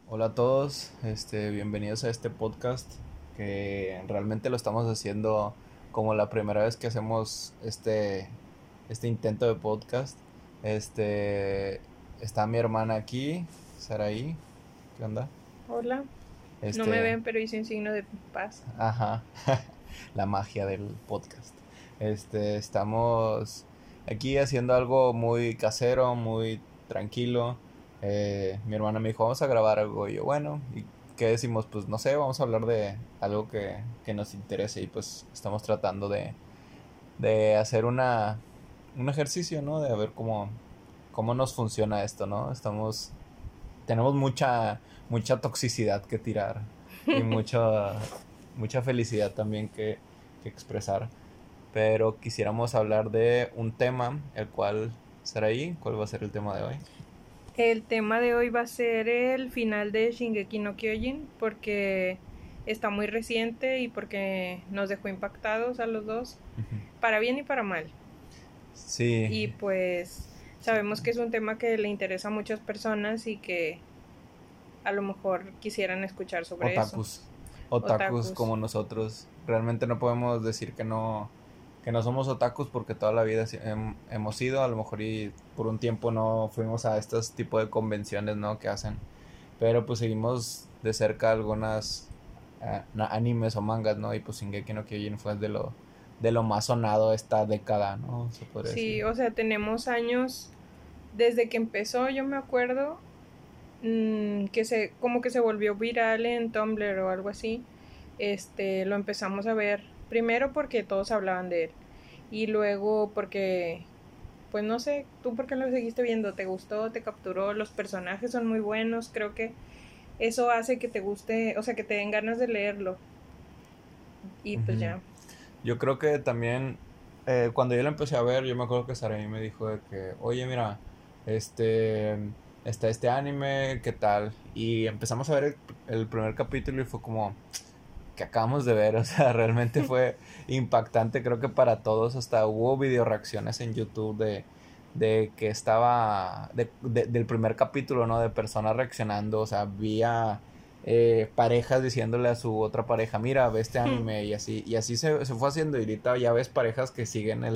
Hola a todos, bienvenidos a este podcast que realmente lo estamos haciendo como la primera vez que hacemos este intento de podcast. Este, Está mi hermana aquí, Saraí, ¿qué onda? Hola, no me Este, ven, pero hice un signo de paz. ajá, la magia del podcast. Estamos aquí haciendo algo muy casero, muy tranquilo. Mi hermana me dijo, vamos a grabar algo. Y yo, bueno, ¿y qué decimos? Pues no sé, vamos a hablar de algo que nos interese. Y pues estamos tratando de hacer un ejercicio, ¿no? De ver cómo nos funciona esto, ¿no? Tenemos mucha toxicidad que tirar y mucha felicidad también que expresar. Pero quisiéramos hablar de un tema, el cual será ahí. ¿Cuál va a ser el tema de hoy? El tema de hoy va a ser el final de Shingeki no Kyojin porque está muy reciente y porque nos dejó impactados a los dos, Ujú. para bien y para mal. Sí, Y pues sí. sabemos que es un tema que le interesa a muchas personas y que a lo mejor quisieran escuchar sobre eso. Otakus. Otakus Otakus. como nosotros. Realmente no podemos decir que no somos otakus porque toda la vida hemos ido. A lo mejor y por un tiempo no fuimos a estos tipos de convenciones, ¿no? Que hacen. Pero pues seguimos de cerca algunas animes o mangas, ¿no? Y pues Shingeki no Kyojin fue de lo más sonado esta década, ¿no? Se podría decir. Sí, o sea, tenemos años desde que empezó, yo me acuerdo, como que se volvió viral en Tumblr o algo así. Lo empezamos a ver primero porque todos hablaban de él y luego porque, pues no sé, tú por qué lo seguiste viendo, te gustó, te capturó, los personajes son muy buenos, creo que eso hace que te guste, o sea, que te den ganas de leerlo y pues Ujú. ya. Yo creo que también cuando yo lo empecé a ver, yo me acuerdo que Saraí me dijo de que, oye, mira, este, está este anime, ¿qué tal? Y empezamos a ver el primer capítulo y fue como, que acabamos de ver, o sea, realmente fue impactante, creo que para todos, hasta hubo video reacciones en YouTube de que estaba, del primer capítulo, ¿no? De personas reaccionando, o sea, había parejas diciéndole a su otra pareja, mira, ve este anime y así se fue haciendo y ahorita ya ves parejas que siguen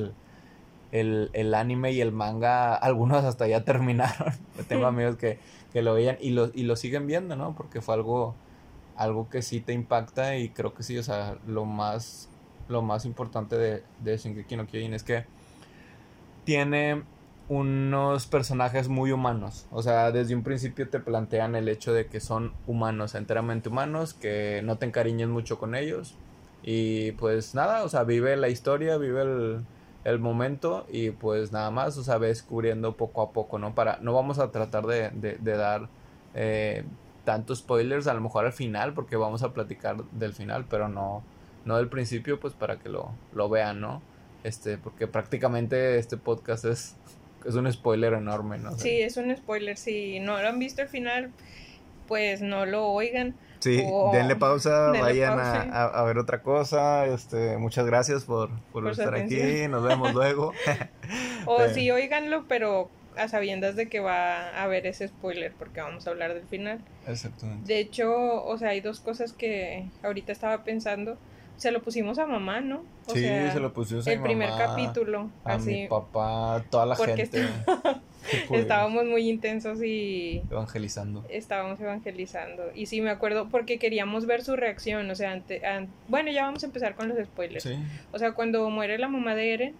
el anime y el manga, algunos hasta ya terminaron. Tengo amigos que lo veían y lo siguen viendo, ¿no? Porque fue algo que sí te impacta y creo que sí, o sea, lo más importante de Shingeki no Kyojin es que tiene unos personajes muy humanos, o sea, desde un principio te plantean el hecho de que son humanos, enteramente humanos, que no te encariñes mucho con ellos y pues nada, o sea, vive la historia, vive el momento y pues nada más, o sea, ves cubriendo poco a poco, ¿no? No vamos a tratar de dar eh, tantos spoilers, a lo mejor al final, porque vamos a platicar del final, pero no del principio, pues para que lo vean, ¿no? Porque prácticamente este podcast es un spoiler enorme, ¿no? O sea, Sí, es un spoiler, si no lo han visto al final, pues no lo oigan sí, o denle pausa, denle vayan a, pausa a, a ver otra cosa. Muchas gracias por por su estar atención. aquí. Nos vemos luego. O Pe- sí, oíganlo, pero a sabiendas de que va a haber ese spoiler, porque vamos a hablar del final. Exactamente. De hecho, o sea, hay dos cosas que ahorita estaba pensando. Se lo pusimos a mamá, ¿no? O Sí, se sea, lo pusimos a mi el primer mamá, capítulo, a mi así, papá, toda la porque gente que pudimos estábamos muy intensos y evangelizando. estábamos evangelizando. Y sí, me acuerdo porque queríamos ver su reacción. O sea, bueno, ya vamos a empezar con los spoilers. Sí. O sea, cuando muere la mamá de Eren,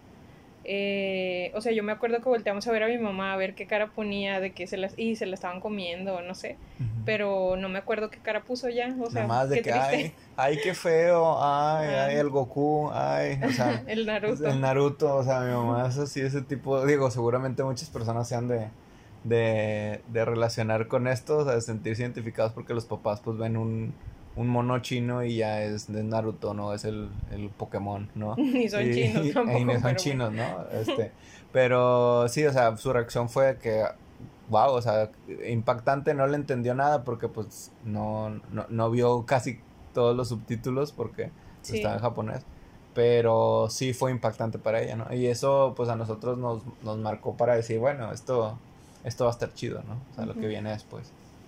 o sea, yo me acuerdo que volteamos a ver a mi mamá a ver qué cara ponía de que se la estaban comiendo, no sé. Ujú. Pero no me acuerdo qué cara puso ya. O Nada sea, más de qué que, triste. ay, qué feo, Ah, el Goku, o sea, el Naruto. el Naruto, o sea, mi mamá es así, ese tipo, digo, seguramente muchas personas se han de relacionar con esto, o sea, de sentirse identificados porque los papás pues ven un mono chino y ya es de Naruto, ¿no? Es el Pokémon, ¿no? Ni son chinos Y no tampoco, son pero bueno. chinos, ¿no? Pero sí, o sea, su reacción fue que wow, o sea, impactante, no le entendió nada porque pues no vio casi todos los subtítulos porque pues, estaba Sí. en japonés, pero sí fue impactante para ella, ¿no? Y eso pues a nosotros nos marcó para decir, bueno, esto va a estar chido, ¿no? O sea, lo que Ujú. viene después.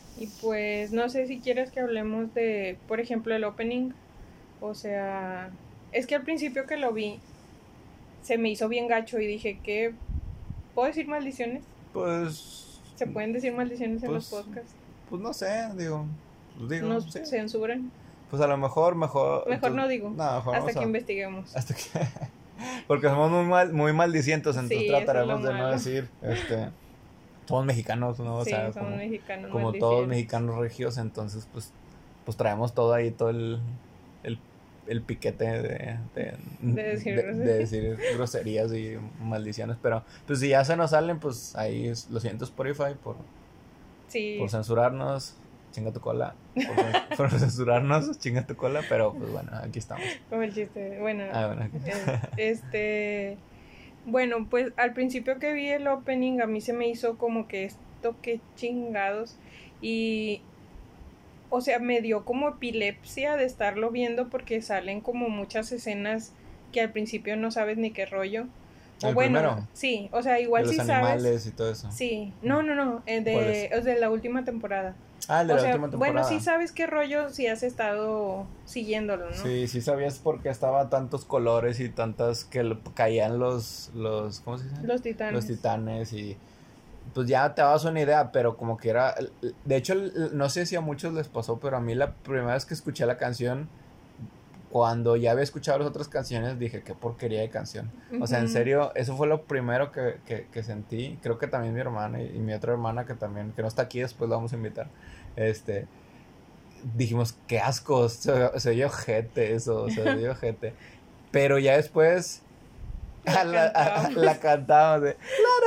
Y pues no sé si quieres que hablemos de, por ejemplo, el opening. O sea, es que al principio que lo vi, se me hizo bien gacho y dije que... ¿Puedo decir maldiciones? Pues, ¿Se pueden decir maldiciones en los pues, podcasts? pues no sé, digo, ¿Nos sí. censuran? Pues a lo mejor, Mejor entonces, no digo, no, mejor hasta vamos que a, investiguemos. hasta que, porque somos muy maldicientos, entonces Sí, eso es lo trataremos de no malo. decir, somos mexicanos, ¿no? O Sí, sea, somos mexicanos como todos maldicieros. mexicanos regios, entonces, pues traemos todo ahí, todo el, el piquete De decir de groserías. decir groserías y maldiciones, pero pues si ya se nos salen, pues ahí lo siento Spotify por Sí, censurarnos, chinga tu cola, por censurarnos, chinga tu cola, pero pues bueno, aquí estamos. como el chiste. Bueno, Ah, bueno, este... Bueno, pues al principio que vi el opening a mí se me hizo como que esto que chingados. Y, o sea, me dio como epilepsia de estarlo viendo porque salen como muchas escenas que al principio no sabes ni qué rollo. O el bueno, primero, sí, o sea, de igual los sí sabes. animales y todo eso. Sí, no, ¿Cuál es? es de la última temporada. Ah, el de O la sea, última bueno, sí temporada. sabes qué rollo si has estado siguiéndolo, ¿no? Sí, sí sabías por qué estaba tantos colores y tantas que caían ¿cómo se dice? Los Los titanes. titanes y pues ya te dabas una idea, pero como que era, de hecho, no sé si a muchos les pasó, pero a mí la primera vez que escuché la canción, cuando ya había escuchado las otras canciones, dije, qué porquería de canción. O sea, en Ujú. serio, eso fue lo primero que sentí. Creo que también mi hermana y mi otra hermana que también, que no está aquí, después la vamos a invitar. Este, dijimos, qué asco, se oye ojete eso, se oye ojete. Pero ya después La la cantábamos. cantábamos de...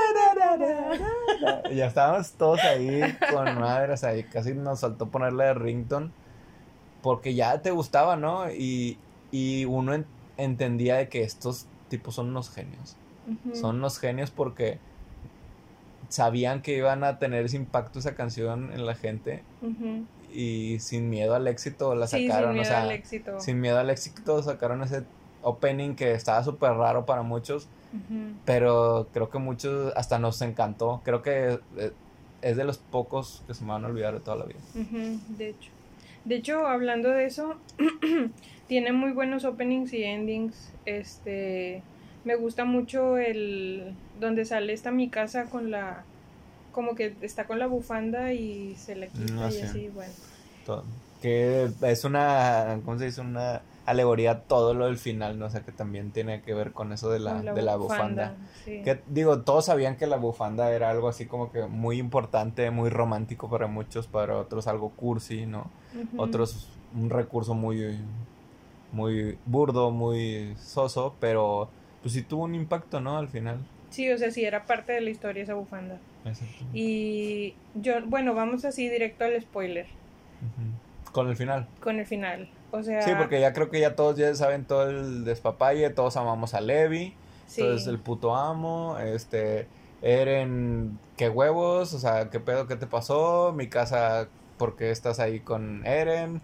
Y ya estábamos todos ahí con madres, ahí casi nos saltó ponerle de ringtone porque ya te gustaba, ¿no? Y uno entendía de que estos tipos son unos genios. Ujú, Son unos genios porque sabían que iban a tener ese impacto esa canción en la gente ujú. y sin miedo al éxito la Sí, sin sacaron, o miedo al sea, éxito. sin miedo al éxito sacaron ese opening que estaba súper raro para muchos, Ujú, pero creo que muchos hasta nos encantó. Creo que es de los pocos que se me van a olvidar de toda la vida. ujú, de hecho. De hecho, hablando de eso, tiene muy buenos openings y endings. Me gusta mucho el donde sale esta mi casa con la, como que está con la bufanda y se la quita No y sé. así, bueno. To- que es una, ¿cómo se dice? Una alegoría a todo lo del final, ¿no? O sea, que también tiene que ver con eso Con la de la bufanda. bufanda, sí. Que digo, todos sabían que la bufanda era algo así como que muy importante, muy romántico para muchos, para otros algo cursi, ¿no? Ujú. Otros un recurso muy burdo, muy soso, pero pues sí tuvo un impacto, ¿no? Al final. Sí, o sea, sí era parte de la historia esa bufanda. Exactamente. Y yo, bueno, vamos así directo al spoiler, Ujú. Con el final. con el final. O Sí, sea, porque ya creo que ya todos ya saben todo el despapalle, todos amamos a Levi, entonces sí, el puto amo, Eren, qué huevos, o sea, qué pedo, qué te pasó, mi casa, ¿por qué estás ahí con Eren?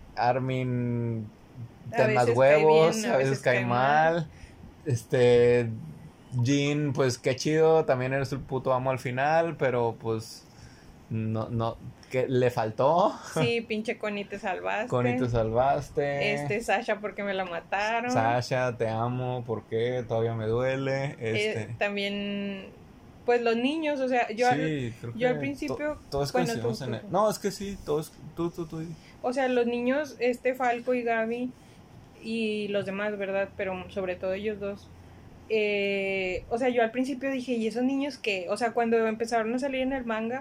Armin, a ten más veces cae bien, huevos, a a veces veces cae cae mal. mal, este, Jin, pues qué chido, también eres el puto amo al final, pero pues no, que le faltó, Sí, pinche Connie te Connie te salvaste. salvaste. Sasha porque me la mataron. Sasha, te amo, ¿por qué? Todavía me duele. También, pues los niños, o sea, Sí, creo yo al que principio, todos bueno, coincidimos en No, es que sí, todos, tú. o sea, los niños, Falco y Gaby y los demás, ¿verdad? Pero sobre todo ellos dos. O sea, yo al principio dije, ¿y esos niños qué? O sea, cuando empezaron a salir en el manga,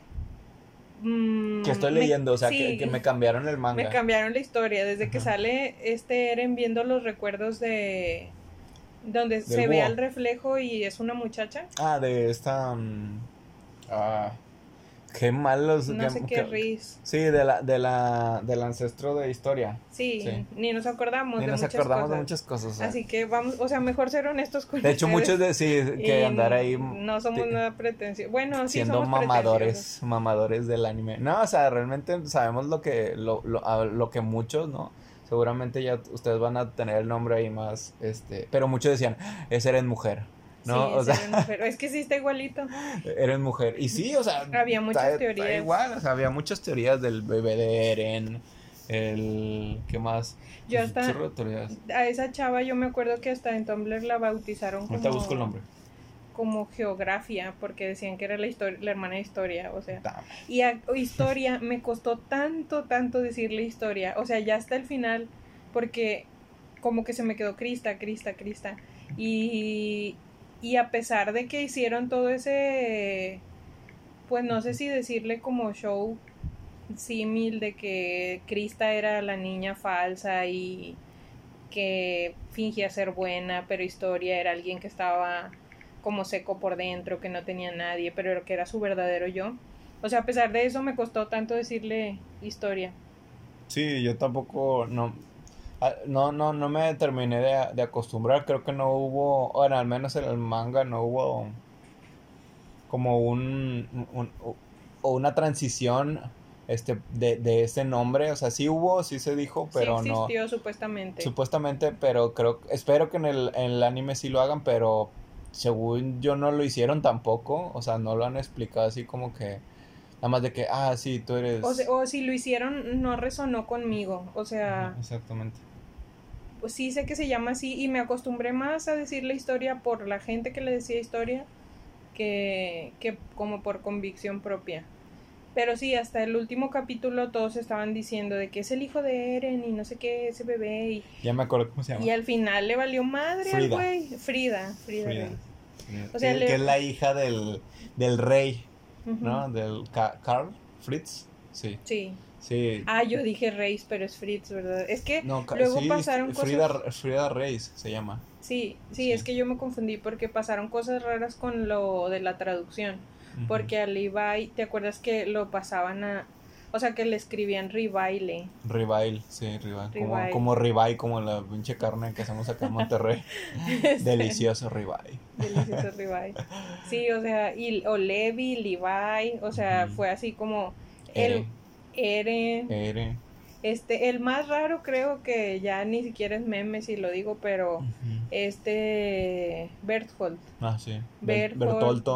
Que estoy leyendo, o sea, que sí, me cambiaron el me manga. cambiaron la historia. Desde que Ajá. sale Eren viendo los recuerdos de donde Del se ve al búho. reflejo y es una muchacha. Ah, de esta. Ah, qué malos. No sé qué Riz. Sí, del ancestro de historia. Sí. Sí, ni nos acordamos Ni de nos muchas acordamos de cosas. muchas cosas, o sea. Así que vamos, o sea, mejor ser honestos con De hecho, muchos ustedes. de sí, que Y andar ahí no somos nada pretenciosos. Bueno, sí siendo somos pretenciosos. mamadores del anime. No, o sea, realmente sabemos lo que muchos, ¿no? Seguramente ya ustedes van a tener el nombre ahí más, pero muchos decían, es Eren mujer. ¿no? Sí, O sea, eres mujer. Es que sí está igualito. Eres mujer. Y sí, o sea, Había muchas está teorías. igual, o sea, había muchas teorías del bebé de Eren, ¿qué más? Yo Pues un hasta, chorro de teorías. a esa chava yo me acuerdo que hasta en Tumblr la bautizaron Ahorita busco el nombre. como geografía, porque decían que era la hermana de historia, o sea. Dame. Y a historia me costó tanto decirle historia, o sea, ya hasta el final, porque como que se me quedó Crista. Y, y a pesar de que hicieron todo ese, pues no sé si decirle como show símil de que Krista era la niña falsa y que fingía ser buena, pero Historia era alguien que estaba como seco por dentro, que no tenía nadie, pero que era su verdadero yo. O sea, a pesar de eso me costó tanto decirle Historia. Sí, yo tampoco, no me terminé de acostumbrar, creo que no hubo, bueno, al menos en el manga no hubo como o una transición de ese nombre, o sea, sí hubo, sí se dijo, pero sí no existió supuestamente. supuestamente, pero espero que en el anime sí lo hagan, pero según yo no lo hicieron tampoco, o sea, no lo han explicado así como que nada más de que, sí, tú eres. O si lo hicieron, no resonó conmigo. O Ajá, sea, exactamente. pues sí sé que se llama así y me acostumbré más a decirle Historia por la gente que le decía Historia que como por convicción propia. Pero sí, hasta el último capítulo todos estaban diciendo de que es el hijo de Eren y no sé qué, ese bebé. Ya me acuerdo cómo se llama. Y al final le valió madre al güey. Frida Rey. O sea, que es la hija del rey, ¿no? Del Carl Fritz. Sí. Sí. Sí. Yo dije Reis, pero es Fritz, ¿verdad? Es que No, luego sí, pasaron cosas... Frida Reis se llama. Sí, es que yo me confundí porque pasaron cosas raras con lo de la traducción. Porque a Levi, ¿te acuerdas que lo pasaban a... O sea, que le escribían Rivaile. Rivail, sí, Rivail. Como Ribeye, como la pinche carne que hacemos acá en Monterrey. Delicioso Ribeye. Delicioso Ribeye. Sí, o sea, o Levi, Levi, o sea, fue así como el Ere. El más raro creo que ya ni siquiera es meme si lo digo, pero Berthold. Sí. Bertolto.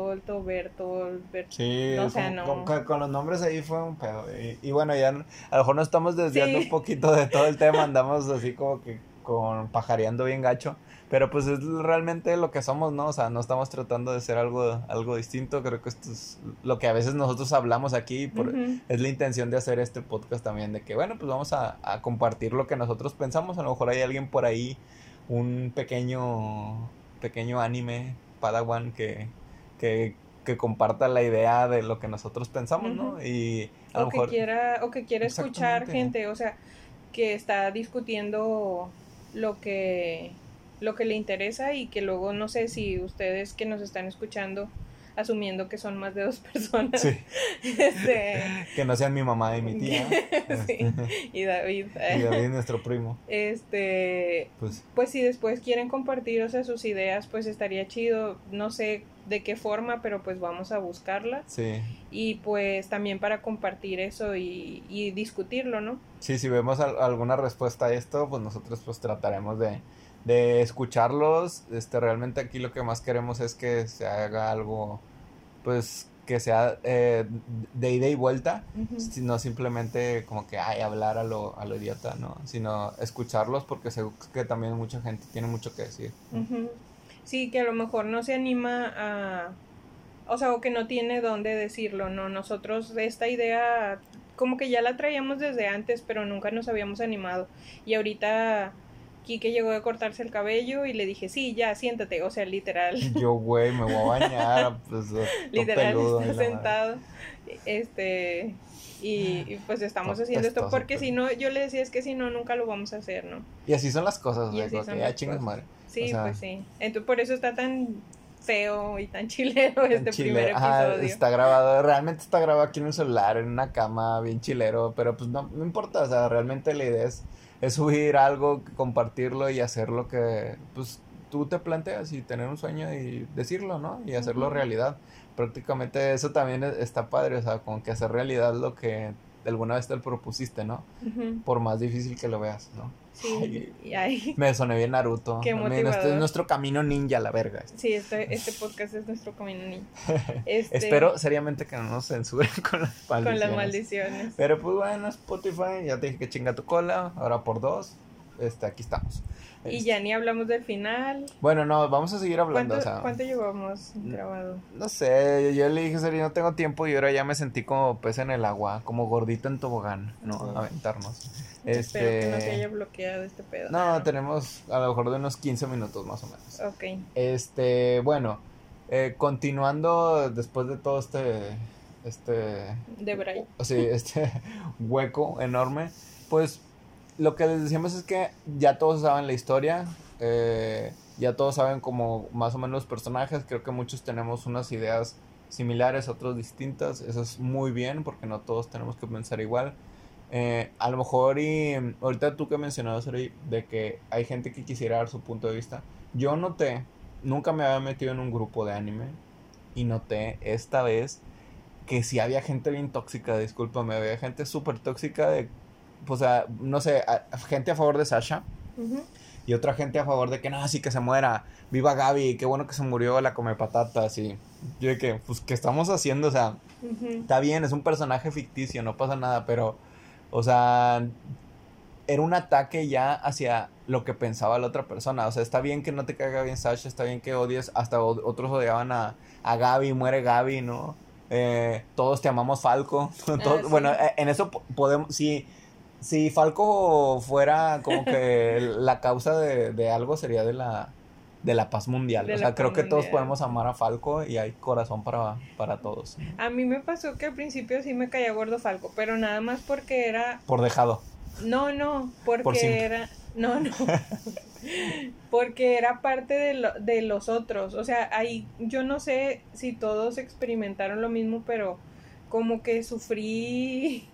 Sí, no, o sea, no. Con los nombres ahí fue un pedo. Y bueno, ya a lo mejor nos estamos desviando un poquito de todo el tema, andamos así como que pajareando bien gacho. Pero pues es realmente lo que somos, ¿no? O sea, no estamos tratando de ser algo distinto. Creo que esto es lo que a veces nosotros hablamos aquí. Es la intención de hacer este podcast también. De que, bueno, pues vamos a compartir lo que nosotros pensamos. A lo mejor hay alguien por ahí, un pequeño anime Padawan que comparta la idea de lo que nosotros pensamos, ¿no? Y a lo mejor... que quiera escuchar gente, o sea, que está discutiendo lo que le interesa y que luego no sé si ustedes que nos están escuchando, asumiendo que son más de 2 personas, sí. Que no sean mi mamá y mi tía. Sí. Y David. Y David, nuestro primo. Pues si después quieren compartir, o sea, sus ideas, pues estaría chido, no sé de qué forma, pero pues vamos a buscarla. Sí. Y pues también para compartir eso y discutirlo, ¿no? Sí, si vemos alguna respuesta a esto, pues nosotros pues trataremos de escucharlos. Realmente aquí lo que más queremos es que se haga algo, pues, que sea de ida y vuelta, no simplemente como que hablar a lo idiota, ¿no? Sino escucharlos porque sé que también mucha gente tiene mucho que decir. Sí, que a lo mejor no se anima o sea, o que no tiene dónde decirlo, ¿no? Nosotros esta idea como que ya la traíamos desde antes, pero nunca nos habíamos animado. Y ahorita Kike llegó a cortarse el cabello y le dije, sí, ya, siéntate, o sea, literal. Yo, güey, me voy a bañar, pues, literal, peludo, está sentado. Y pues estamos haciendo esto porque si no, yo le decía, es que si no, nunca lo vamos a hacer, ¿no? Y así son las cosas, güey, que ya chingas madre. Sí, o sea, pues sí. Entonces, por eso está tan feo y tan chilero primer episodio. Está grabado, realmente está grabado aquí en un celular, en una cama, bien chilero, pero pues no importa, o sea, realmente la idea es subir algo, compartirlo y hacer lo que, pues, tú te planteas y tener un sueño y decirlo, ¿no? Y hacerlo realidad. Prácticamente eso también está padre, o sea, como que hacer realidad lo que alguna vez te lo propusiste, ¿no? Ujú. Por más difícil que lo veas, ¿no? Sí, y ay, Me soné bien Naruto. qué También este es motivador. nuestro camino ninja, la verga. Sí, este podcast es nuestro camino ninja. Espero seriamente que no nos censuren con las Con las maldiciones. maldiciones. Pero pues bueno, Spotify, ya te dije que chinga tu cola, ahora por 2, aquí estamos. Y ya ni hablamos del final. Bueno, no, vamos a seguir hablando, ¿Cuánto llevamos grabado? No sé, yo le dije, Seri, no tengo tiempo y ahora ya me sentí como pez en el agua, como gordito en tobogán, ¿no? Sí. Aventarnos. Espero que no se haya bloqueado este pedo. No, tenemos a lo mejor de unos 15 minutos más o menos. Ok. Bueno, continuando después de todo De Bray. este hueco enorme, pues lo que les decíamos es que ya todos saben la historia, ya todos saben como más o menos los personajes, creo que muchos tenemos unas ideas similares, otros distintas, eso es muy bien porque no todos tenemos que pensar igual. A lo mejor y ahorita tú que mencionabas, Ori, de que hay gente que quisiera dar su punto de vista, yo noté, nunca me había metido en un grupo de anime y noté esta vez que sí había gente bien tóxica, discúlpame, había gente súper tóxica o sea, no sé, gente a favor de Sasha. Uh-huh. Y otra gente a favor de que no, sí que se muera, viva Gaby, qué bueno que se murió, la come patatas. Y yo de que, pues, ¿qué estamos haciendo? O sea, está bien, es un personaje ficticio, no pasa nada, pero, o sea, era un ataque ya hacia lo que pensaba la otra persona. O sea, está bien que no te caiga bien Sasha, está bien que odies, hasta otros odiaban a Gaby, muere Gaby, ¿no? Todos te amamos Falco. Todos, sí. Bueno, en eso podemos, si Falco fuera como que la causa de algo, sería de la paz mundial. O sea, creo que todos podemos amar a Falco y hay corazón para todos. A mí me pasó que al principio sí me caía gordo Falco, pero nada más porque era... Por dejado. No, porque era... No. Porque era parte de los otros. O sea, ahí yo no sé si todos experimentaron lo mismo, pero como que sufrí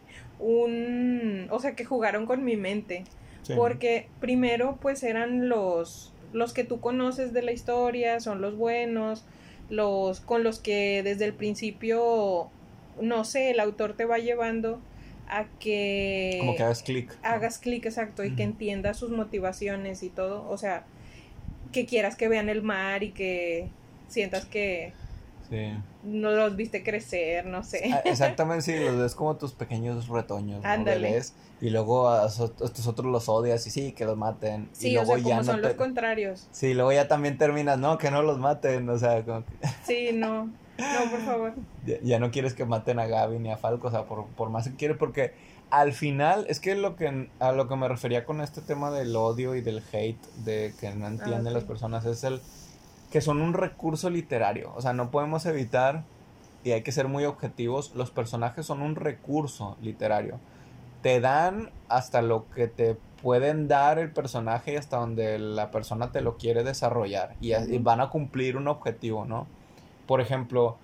o sea, que jugaron con mi mente. Sí. Porque primero pues eran los que tú conoces de la historia, son los buenos, los con los que desde el principio, no sé, el autor te va llevando a que... Como que hagas clic. Hagas clic, exacto, y que entiendas sus motivaciones y todo. O sea, que quieras que vean el mar y que sientas que... Sí. No los viste crecer, no sé. Exactamente, sí, los ves como tus pequeños retoños, ¿no? Ándale. Bebés, y luego a estos otros los odias y sí, que los maten. Sí, y luego o sea, como ya son los contrarios. Sí, luego ya también terminas, no, que no los maten, o sea, como que... Sí, no, por favor. Ya no quieres que maten a Gaby ni a Falco, o sea, por más que quieres, porque al final, es que a lo que me refería con este tema del odio y del hate, de que no entienden las personas, es que son un recurso literario, o sea, no podemos evitar, y hay que ser muy objetivos, los personajes son un recurso literario. Te dan hasta lo que te pueden dar el personaje y hasta donde la persona te lo quiere desarrollar. Y van a cumplir un objetivo, ¿no? Por ejemplo,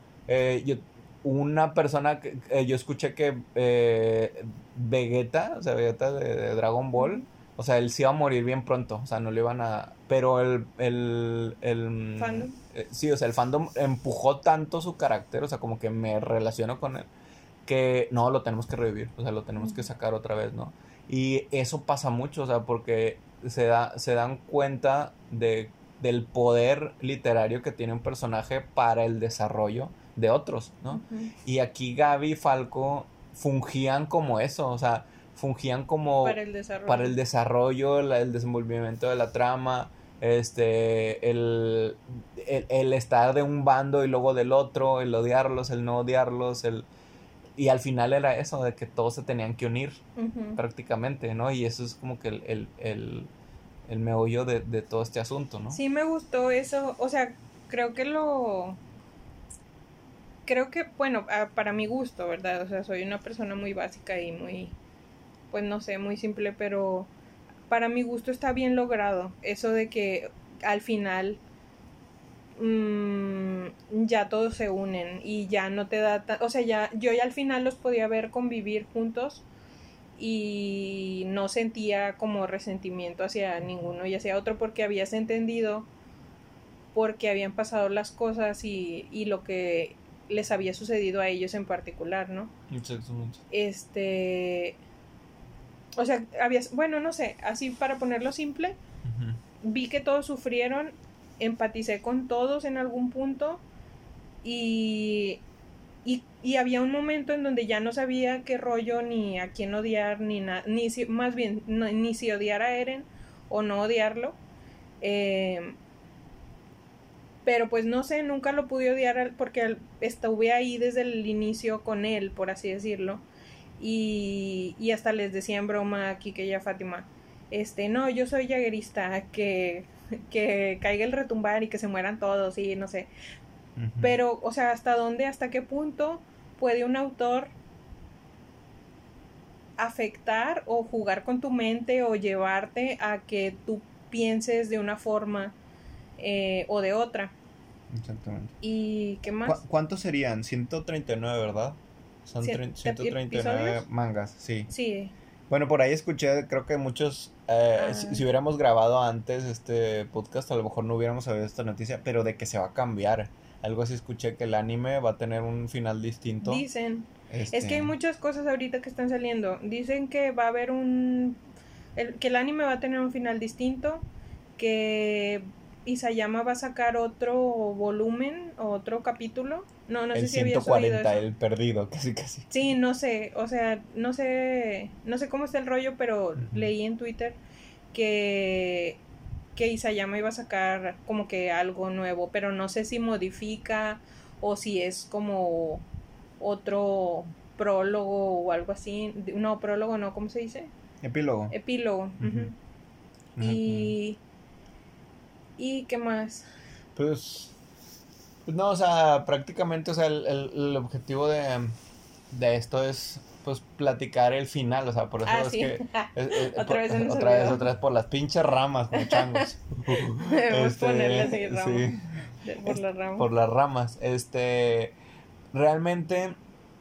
una persona que yo escuché que Vegeta, o sea, Vegeta de Dragon Ball, o sea, él sí iba a morir bien pronto, o sea, no le iban a... Pero el ¿Fandom? Sí, o sea, el fandom empujó tanto su carácter, o sea, como que me relaciono con él, que no, lo tenemos que revivir, o sea, lo tenemos que sacar otra vez, ¿no? Y eso pasa mucho, o sea, porque se dan cuenta del poder literario que tiene un personaje para el desarrollo de otros, ¿no? Y aquí Gaby y Falco fungían como eso, o sea, fungían como para el desarrollo, el desenvolvimiento de la trama, el estar de un bando y luego del otro, el odiarlos, el no odiarlos, y al final era eso, de que todos se tenían que unir prácticamente, ¿no? Y eso es como que el meollo de todo este asunto, ¿no? Sí me gustó eso, o sea, creo que bueno, para mi gusto, ¿verdad? O sea, soy una persona muy básica y muy, pues no sé, muy simple, pero para mi gusto está bien logrado. Eso de que al final ya todos se unen y ya no te da... O sea, yo ya al final los podía ver convivir juntos y no sentía como resentimiento hacia ninguno y hacia otro porque habías entendido porque habían pasado las cosas y lo que les había sucedido a ellos en particular, ¿no? Exactamente. O sea, bueno, no sé, así para ponerlo simple, vi que todos sufrieron, empaticé con todos en algún punto y había un momento en donde ya no sabía qué rollo ni a quién odiar ni nada, más bien ni si odiar a Eren o no odiarlo, pero pues no sé, nunca lo pude odiar porque estuve ahí desde el inicio con él, por así decirlo, y hasta les decía en broma a Kike y a Fátima, no, yo soy jaguerista, que caiga el retumbar y que se mueran todos y no sé. Pero, o sea, hasta qué punto puede un autor afectar o jugar con tu mente o llevarte a que tú pienses de una forma o de otra. Exactamente. ¿Y qué más? ¿Cuántos serían? 139, ¿verdad? Son 139 mangas, sí. Sí. Bueno, por ahí escuché, creo que muchos, si hubiéramos grabado antes este podcast, a lo mejor no hubiéramos sabido esta noticia, pero de que se va a cambiar. Algo así escuché, que el anime va a tener un final distinto. Dicen. Es que hay muchas cosas ahorita que están saliendo. Dicen que va a haber que el anime va a tener un final distinto, que Isayama va a sacar otro volumen, otro capítulo. No sé si habías oído eso. 140, el perdido, casi. Sí, no sé, o sea, no sé cómo está el rollo, pero leí en Twitter que Isayama iba a sacar como que algo nuevo, pero no sé si modifica o si es como otro prólogo o algo así. No, prólogo no, ¿cómo se dice? Epílogo. ¿Y qué más? Pues no, o sea, prácticamente, o sea, el objetivo de esto es pues platicar el final, o sea, por eso es sí. que otra vez por las pinches ramas, como changos. Debemos ponerle así ramas. Sí. Por las ramas. Por las ramas. Realmente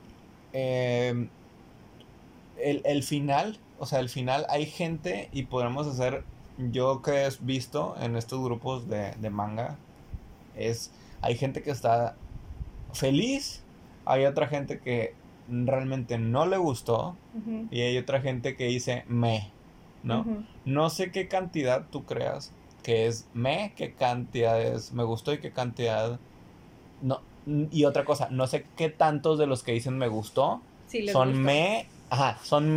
el final, o sea, el final hay gente y podemos hacer, yo que he visto en estos grupos de manga, hay gente que está feliz, hay otra gente que realmente no le gustó y hay otra gente que dice ¿no? No sé qué cantidad tú creas que es qué cantidad es me gustó y qué cantidad no. Y otra cosa, no sé qué tantos de los que dicen me gustó son son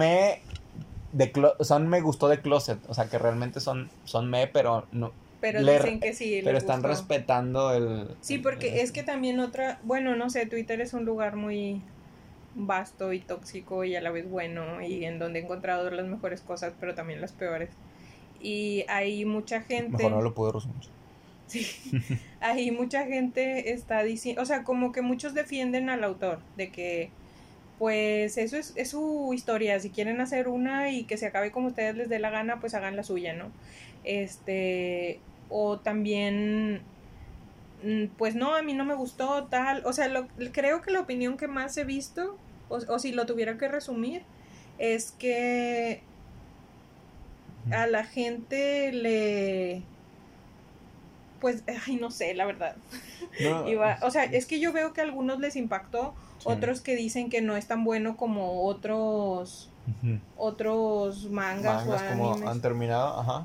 me gustó de closet, o sea que realmente son pero no. Pero dicen que sí, pero están respetando el... Sí, porque es que también bueno, no sé, Twitter es un lugar muy vasto y tóxico y a la vez bueno, y en donde he encontrado las mejores cosas, pero también las peores. Y hay mucha gente... Mejor no lo puedo resumir. Sí, ahí mucha gente está diciendo, o sea, como que muchos defienden al autor, de que pues eso es su historia, si quieren hacer una y que se acabe como ustedes les dé la gana, pues hagan la suya, ¿no? O también, pues no, a mí no me gustó tal, o sea, creo que la opinión que más he visto, o si lo tuviera que resumir, es que a la gente pues, ay, no sé, la verdad. No, o sea, es que yo veo que a algunos les impactó, sí. Otros que dicen que no es tan bueno como otros mangas o como animes. han terminado, ajá.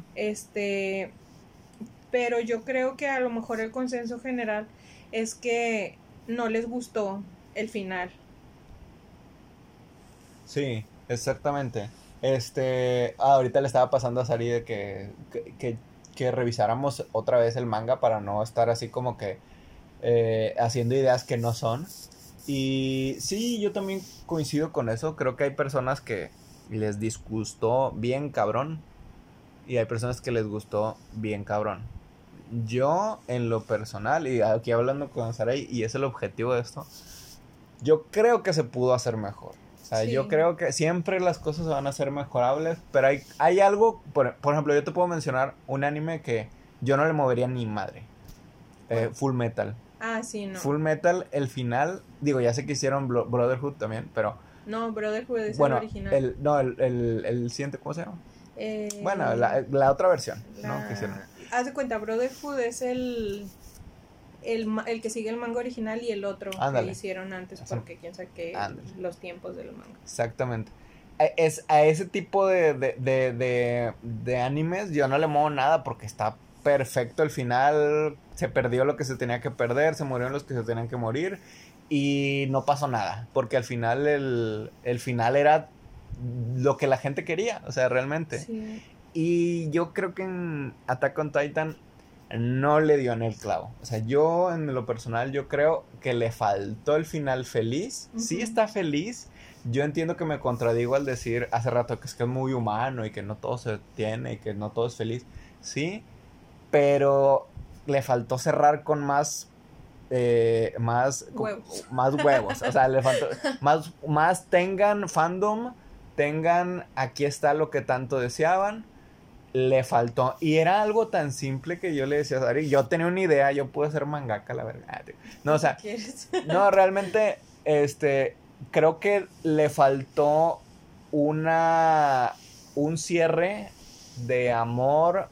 Pero yo creo que a lo mejor el consenso general es que no les gustó el final. Sí, exactamente. Ahorita le estaba pasando a Sari de que revisáramos otra vez el manga para no estar así como que haciendo ideas que no son. Y sí, yo también coincido con eso. Creo que hay personas que les disgustó bien cabrón y hay personas que les gustó bien cabrón. Yo, en lo personal, y aquí hablando con Saray, y es el objetivo de esto, yo creo que se pudo hacer mejor. O sea, sí. Yo creo que siempre las cosas van a ser mejorables, pero hay algo, por ejemplo, yo te puedo mencionar un anime que yo no le movería ni madre. Full Metal. Ah, sí, no. Full Metal, el final, digo, ya sé que hicieron Brotherhood también, pero... No, Brotherhood es el original. El siguiente, ¿cómo se llama? Bueno, la otra versión, ¿no? Que hicieron. Haz de cuenta, Brotherhood es el el que sigue el manga original y el otro Ándale. que hicieron antes, porque quién sabe qué, los tiempos del manga. Exactamente. A ese tipo de animes yo no le muevo nada porque está perfecto el final, se perdió lo que se tenía que perder, se murieron los que se tenían que morir y no pasó nada, porque al final el final era lo que la gente quería, o sea, realmente. Sí. Y yo creo que en Attack on Titan no le dio en el clavo. O sea, yo en lo personal yo creo que le faltó el final feliz. Sí está feliz. Yo entiendo que me contradigo al decir hace rato que es muy humano y que no todo se tiene y que no todo es feliz. Sí, pero le faltó cerrar con más huevos. Más huevos. O sea, le faltó más tengan fandom, tengan aquí está lo que tanto deseaban. Le faltó, y era algo tan simple que yo le decía a Sari, yo tenía una idea, yo pude ser mangaka, la verdad. No, o sea, no, realmente, creo que le faltó un cierre de amor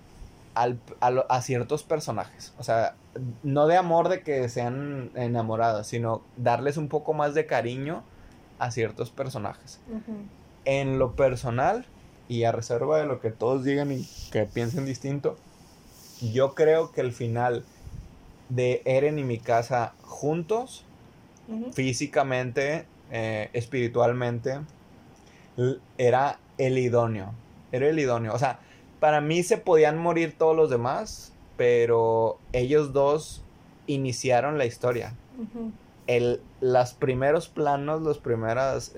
a ciertos personajes. O sea, no de amor de que sean enamorados, sino darles un poco más de cariño a ciertos personajes. En lo personal, y a reserva de lo que todos digan y que piensen distinto, yo creo que el final de Eren y Mikasa juntos, físicamente, espiritualmente, era el idóneo. Era el idóneo. O sea, para mí se podían morir todos los demás, pero ellos dos iniciaron la historia. Los primeros planos, las primeras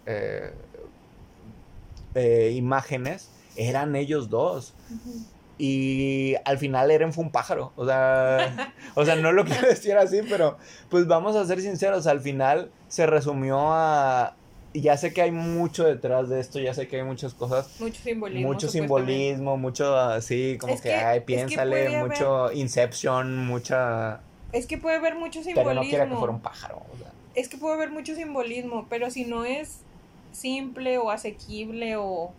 imágenes eran ellos dos. Y al final Eren fue un pájaro. O sea, no lo quiero decir así, pero pues vamos a ser sinceros. Al final se resumió a... Ya sé que hay mucho detrás de esto, ya sé que hay muchas cosas. Mucho simbolismo, mucho así, como ay, piénsale, mucho Inception, mucha... Es que puede haber mucho simbolismo. Pero no quiera que fuera un pájaro. O sea. Es que puede haber mucho simbolismo, pero si no es simple o asequible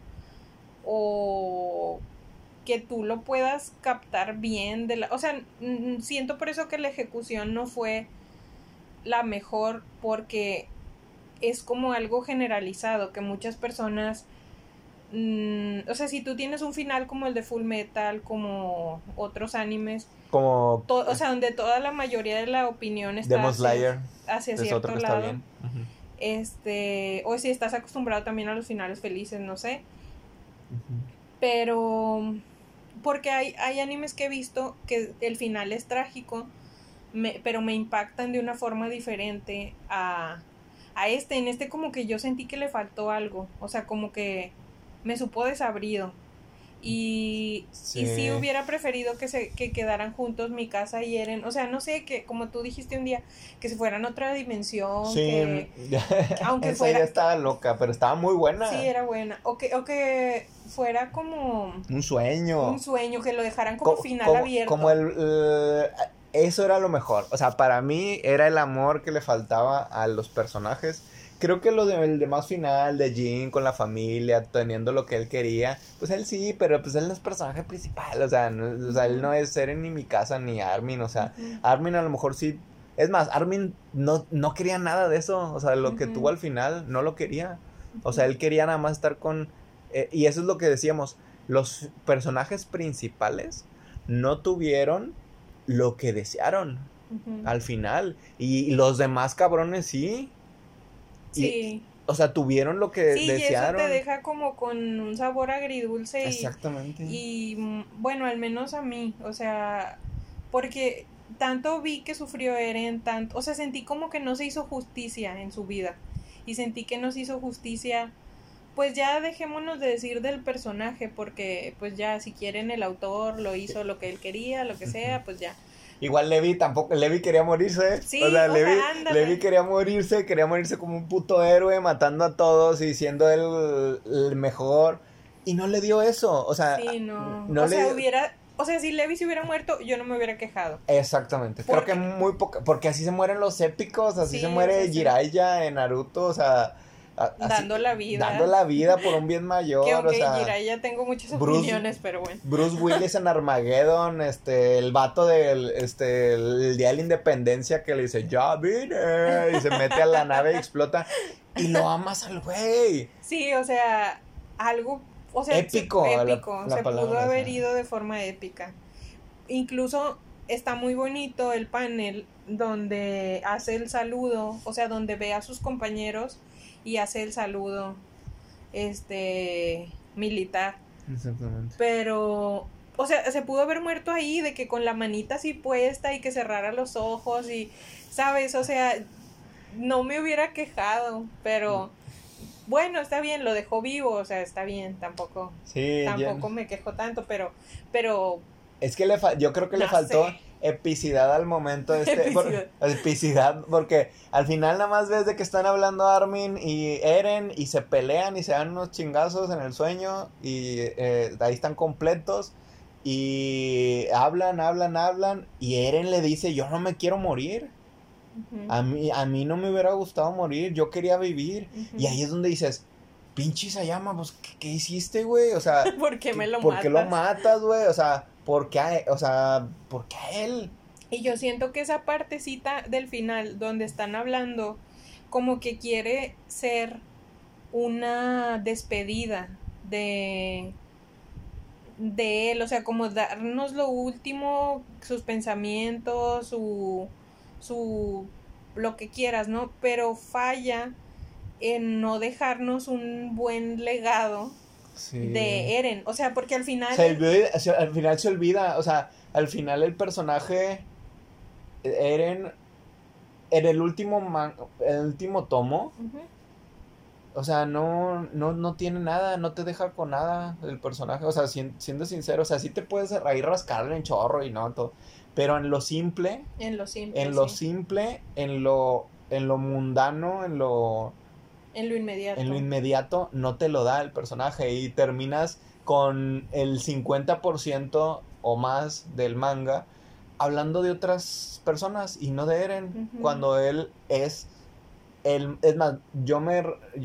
o que tú lo puedas captar bien o sea, siento por eso que la ejecución no fue la mejor, porque es como algo generalizado que muchas personas o sea, si tú tienes un final como el de Full Metal, como otros animes, como o sea, donde toda la mayoría de la opinión está hacia cierto lado, o si estás acostumbrado también a los finales felices, no sé, pero porque hay animes que he visto que el final es trágico, pero me impactan de una forma diferente a en este como que yo sentí que le faltó algo, o sea, como que me supo desabrido. Y sí hubiera preferido que quedaran juntos Mikasa y Eren. O sea, no sé, que como tú dijiste un día, que se fueran a otra dimensión. Sí, aunque esa idea estaba loca, pero estaba muy buena. Sí, era buena. O que fuera como... Un sueño. Que lo dejaran como final abierto. Como eso era lo mejor. O sea, para mí era el amor que le faltaba a los personajes. Creo que el demás final de Jin con la familia, teniendo lo que él quería, pues él sí, pero pues él no es personaje principal, o sea, él no es Eren ni Mikasa ni Armin, o sea, Armin a lo mejor sí, es más, Armin no quería nada de eso, o sea, lo que tuvo al final no lo quería, o sea, él quería nada más estar con, y eso es lo que decíamos, los personajes principales no tuvieron lo que desearon al final, y los demás cabrones sí. Sí. O sea, tuvieron lo que desearon. Sí, y eso te deja como con un sabor agridulce. Exactamente. Y bueno, al menos a mí, o sea, porque tanto vi que sufrió Eren, o sea, sentí como que no se hizo justicia en su vida. Y sentí que no se hizo justicia, pues ya dejémonos de decir del personaje, porque pues ya si quieren el autor lo hizo lo que él quería, lo que sea, pues ya. Igual Levi quería morirse. Sí, o sea, Levi quería morirse como un puto héroe, matando a todos y siendo el mejor. Y no le dio eso. O sea, sí, o sea, si Levi se hubiera muerto, yo no me hubiera quejado. Exactamente. Creo que porque así se mueren los épicos, así se muere Jiraiya en Naruto, o sea, dando la vida. Dando la vida por un bien mayor. Que aunque o sea, Jiraiya tengo muchas opiniones, pero bueno. Bruce Willis en Armageddon, el vato del, el día de la independencia que le dice, ya vine, y se mete a la nave y explota, y lo amas al güey. Sí, o sea, algo, o sea, épico. épico, se pudo haber esa. ido de forma épica. Incluso está muy bonito el panel donde hace el saludo, o sea, donde ve a sus compañeros y hace el saludo militar. Exactamente. Pero, o sea, se pudo haber muerto ahí de que con la manita así puesta y que cerrara los ojos y, ¿sabes? O sea, no me hubiera quejado, pero bueno, está bien, lo dejó vivo, o sea, está bien, tampoco me quejo tanto, pero es que yo creo que le faltó epicidad al momento epicidad, porque al final nada más ves de que están hablando Armin y Eren y se pelean y se dan unos chingazos en el sueño y ahí están completos y hablan y Eren le dice, yo no me quiero morir. Uh-huh. A mí no me hubiera gustado morir, yo quería vivir. Uh-huh. Y ahí es donde dices, pinche Isayama, pues, ¿qué hiciste, güey? O sea, ¿por qué me lo matas? ¿Por qué lo matas, güey? O sea, ¿por qué a él? Y yo siento que esa partecita del final donde están hablando como que quiere ser una despedida de él, o sea, como darnos lo último, sus pensamientos, su lo que quieras, ¿no? Pero falla en no dejarnos un buen legado. Sí. De Eren, o sea, porque al final al final se olvida, o sea, al final el personaje Eren en el último tomo, uh-huh. O sea, no tiene nada, no te deja con nada el personaje, o sea, siendo sincero, o sea, sí te puedes ahí rascarle en chorro y no todo, pero en lo simple, en lo mundano, en lo inmediato no te lo da el personaje y terminas con el 50% o más del manga hablando de otras personas y no de Eren, uh-huh. Cuando él es más, yo me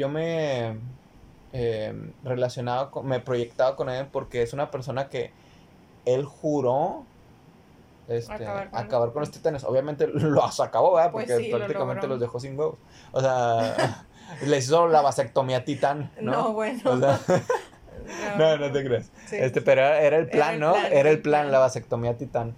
relacionaba me proyectaba con él porque es una persona que él juró acabar con los titanes. Obviamente los acabó, ¿verdad? Porque pues sí, prácticamente los dejó sin huevos. O sea, les hizo la vasectomía titán, ¿no? No, bueno. O sea, no te creas. Sí. Pero era el plan, ¿no? Era el plan, la vasectomía titán.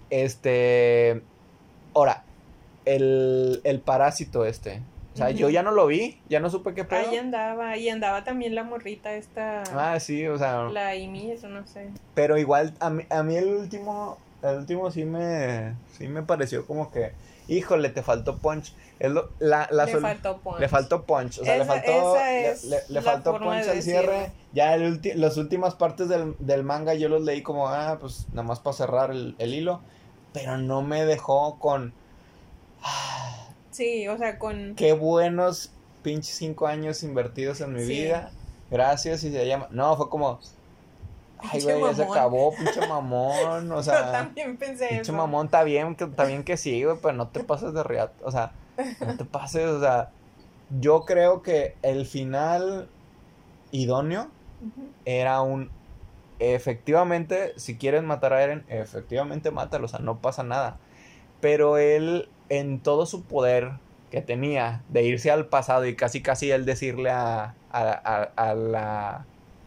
Ahora, el parásito O sea, uh-huh. Yo ya no lo vi, ya no supe qué pedo. Ahí andaba, y andaba también la morrita esta. Ah, sí, o sea. La Amy, eso no sé. Pero igual, a mí el último sí me pareció como que, híjole, te faltó punch. Faltó punch. Le faltó punch, o sea, le faltó punch al cierre. Ya las últimas partes del manga yo los leí como, pues nada más para cerrar el hilo, pero no me dejó con... Sí, o sea, con... Qué buenos pinches 5 años invertidos en mi vida. Gracias, y se llama... No, fue como... Ay, güey, ya se acabó, pinche mamón. O sea... Yo también pensé pinche eso. Mamón, está bien que sí, güey, pero no te pases de riata. O sea, no te pases, o sea... Yo creo que el final idóneo uh-huh. Era efectivamente, si quieres matar a Eren, efectivamente mátalo, o sea, no pasa nada. Pero él, en todo su poder que tenía de irse al pasado y casi él decirle a la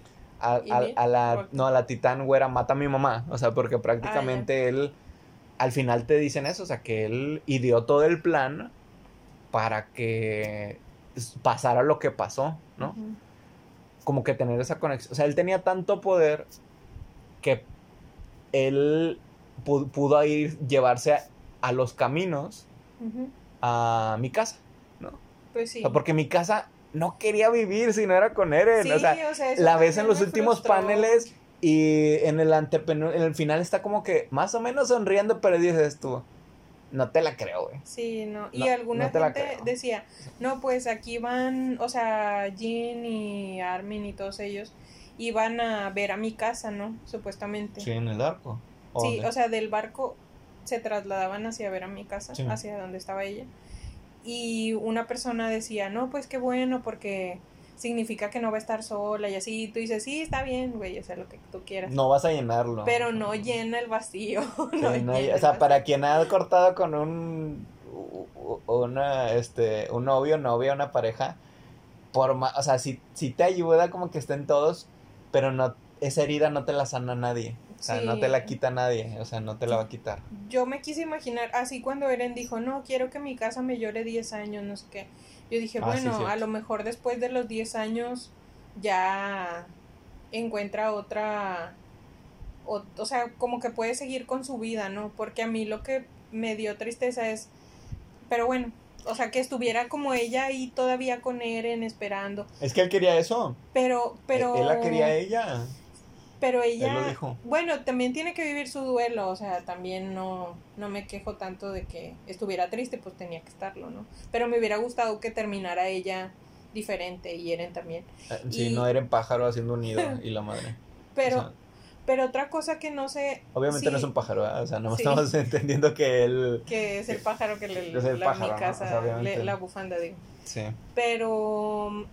titán güera, mata a mi mamá, o sea, porque prácticamente él, al final te dicen eso, o sea, que él ideó todo el plan para que pasara lo que pasó, ¿no? Uh-huh. Como que tener esa conexión, o sea, él tenía tanto poder que él pudo llevarse a los caminos uh-huh. A mi casa, ¿no? Pues sí. O sea, porque mi casa no quería vivir si no era con Eren, sí, o sea la ves en los últimos paneles y en el final está como que más o menos sonriendo, pero dices tú, no te la creo, güey. Sí, no, y alguna gente decía, no, pues aquí van, o sea, Jin y Armin y todos ellos iban a ver a mi casa, ¿no? Supuestamente. Sí, en el barco. Sí, o sea, del barco se trasladaban hacia ver a mi casa, sí. Hacia donde estaba ella. y una persona decía, no, pues qué bueno, porque significa que no va a estar sola y así, y tú dices, sí, está bien, güey, o sea, lo que tú quieras. No vas a llenarlo. Pero no llena el vacío, Sí, no no, llena o el sea, para vacío. quien ha cortado con un novio, novia, una pareja, o sea, si te ayuda como que estén todos, pero no, esa herida no te la sana nadie. O sea, no te Sí, la quita nadie, o sea, no te la va a quitar. yo me quise imaginar, así cuando Eren dijo, no, quiero que mi casa me llore 10 años, no sé qué. Yo dije, Ah, sí, bueno, a cierto. lo mejor después de los 10 años ya encuentra otra, o sea, como que puede seguir con su vida, ¿no? Porque a mí lo que me dio tristeza es, pero bueno, o sea, que estuviera como ella ahí todavía con Eren esperando, Es que él quería eso. pero, Él la quería pero, a ella. pero Él lo ella, dijo. bueno, también tiene que vivir su duelo, o sea, también no me quejo tanto de que estuviera triste, pues tenía que estarlo, ¿no? Pero me hubiera gustado que terminara ella diferente y Eren también. Sí, no Y, era en pájaro haciendo un nido y la madre. O pero, sea, pero otra cosa que no sé, obviamente no es sí, un pájaro, ¿verdad? O sea, no sí, estamos entendiendo que él que es el pájaro que es el mi pájaro, ¿no? O sea, casa, obviamente. la bufanda, digo. Sí. Pero,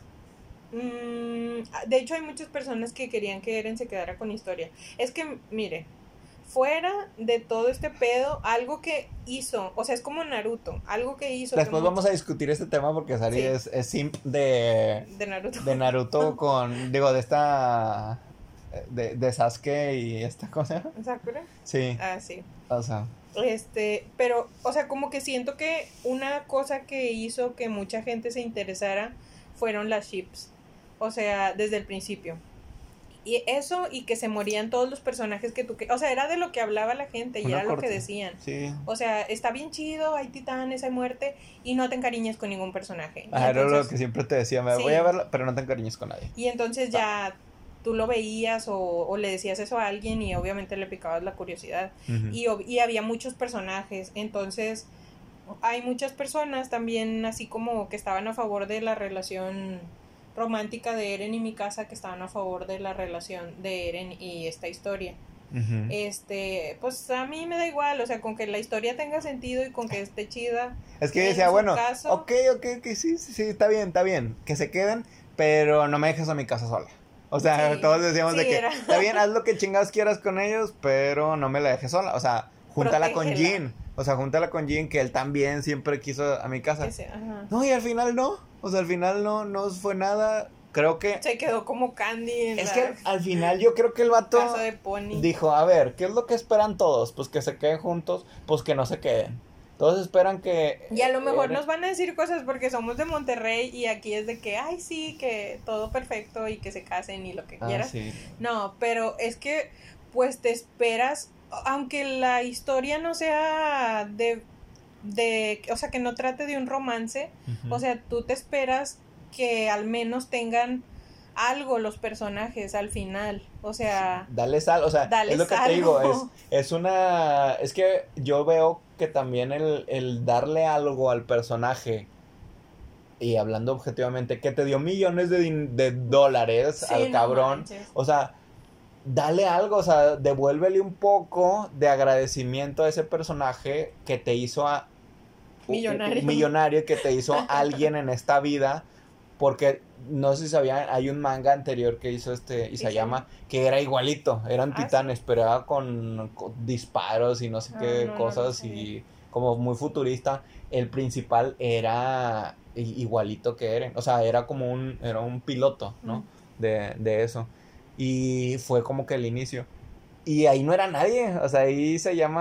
de hecho hay muchas personas que querían que Eren se quedara con historia. Es que, mire, fuera de todo este pedo, algo que hizo, o sea, es como Naruto, algo que hizo Después que vamos a discutir este tema porque Sari sí, es simp de Naruto. de Naruto con, digo, de esta, de Sasuke y esta cosa. ¿Sakura? Sí, Ah, sí. o sea, Pero, o sea, como que siento que una cosa que hizo que mucha gente se interesara fueron las ships. O sea, desde el principio. Y eso, y que se morían todos los personajes que tú... O sea, era de lo que hablaba la gente y una era lo que corte. decían. Sí. O sea, está bien chido, hay titanes, hay muerte, y no te encariñes con ningún personaje. Y Ajá, era lo entonces, que siempre te decía, me voy a sí, verla, pero no te encariñes con nadie. y entonces Ta. ya tú lo veías o le decías eso a alguien y obviamente le picabas la curiosidad. Ujú. Y había muchos personajes, entonces hay muchas personas también así como que estaban a favor de la relación romántica de Eren y Mikasa, que estaban a favor de la relación de Eren y esta historia. Ujú. Pues a mí me da igual, o sea, con que la historia tenga sentido y con que esté chida. Es que yo En decía, su bueno, caso, ok, sí, sí, sí, está bien, que se queden, pero no me dejes a mi casa sola. O sea, sí, todos decíamos sí de que, era. está bien, haz lo que chingados quieras con ellos, pero no me la dejes sola. O sea, júntala con Protégela. Jin. O sea, júntala con Jin, que él también siempre quiso a mi casa. Ajá. No, y al final no. O sea, al final no fue nada. Creo que... Se quedó como Candy en Es la que al final yo creo que el vato casa de Pony. dijo, a ver, ¿qué es lo que esperan todos? Pues que se queden juntos, pues que no se queden. Todos esperan que... Y a lo mejor nos van a decir cosas porque somos de Monterrey y aquí es de que, ay, sí, que todo perfecto y que se casen y lo que quieras. sí. No, pero es que, pues te esperas, aunque la historia no sea o sea, que no trate de un romance, o sea, tú te esperas que al menos tengan algo los personajes al final, o sea, Dale sal, o sea, es lo que te digo, es que yo veo que también el darle algo al personaje, y hablando objetivamente, que te dio millones de dólares sí, al no cabrón, manches. o sea, dale algo, o sea, devuélvele un poco de agradecimiento a ese personaje que te hizo Millonario. un millonario, que te hizo alguien en esta vida, porque no sé si sabían, hay un manga anterior que hizo Isayama, que era igualito, eran titanes, ¿sí? pero era con disparos y no sé qué No, cosas, y como muy futurista. El principal era igualito que Eren, o sea, era como era un piloto, ¿no? De eso. Y fue como que el inicio. Y ahí no era nadie, o sea, ahí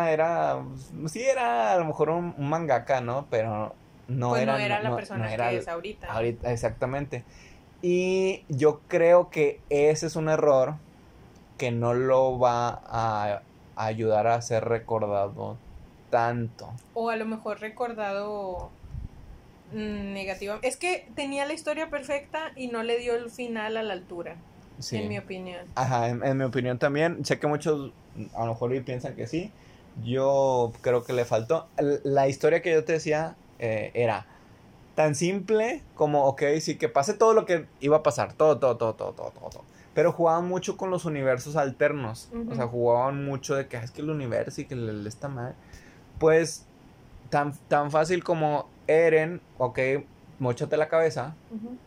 sí era a lo mejor un mangaka, ¿no? Pero no pues era, no era la no persona era que es ahorita. ahorita, exactamente. Y yo creo que ese es un error que no lo va a ayudar a ser recordado tanto. O a lo mejor recordado negativamente. Es que tenía la historia perfecta y no le dio el final a la altura. Sí. En mi opinión. Ajá, en mi opinión también. Sé que muchos a lo mejor piensan que sí. Yo creo que le faltó. La historia que yo te decía era tan simple como, ok, sí, que pase todo lo que iba a pasar. Todo. Pero jugaban mucho con los universos alternos. O sea, jugaban mucho de que es que el universo y que esta madre. Pues tan fácil como Eren, ok, móchate la cabeza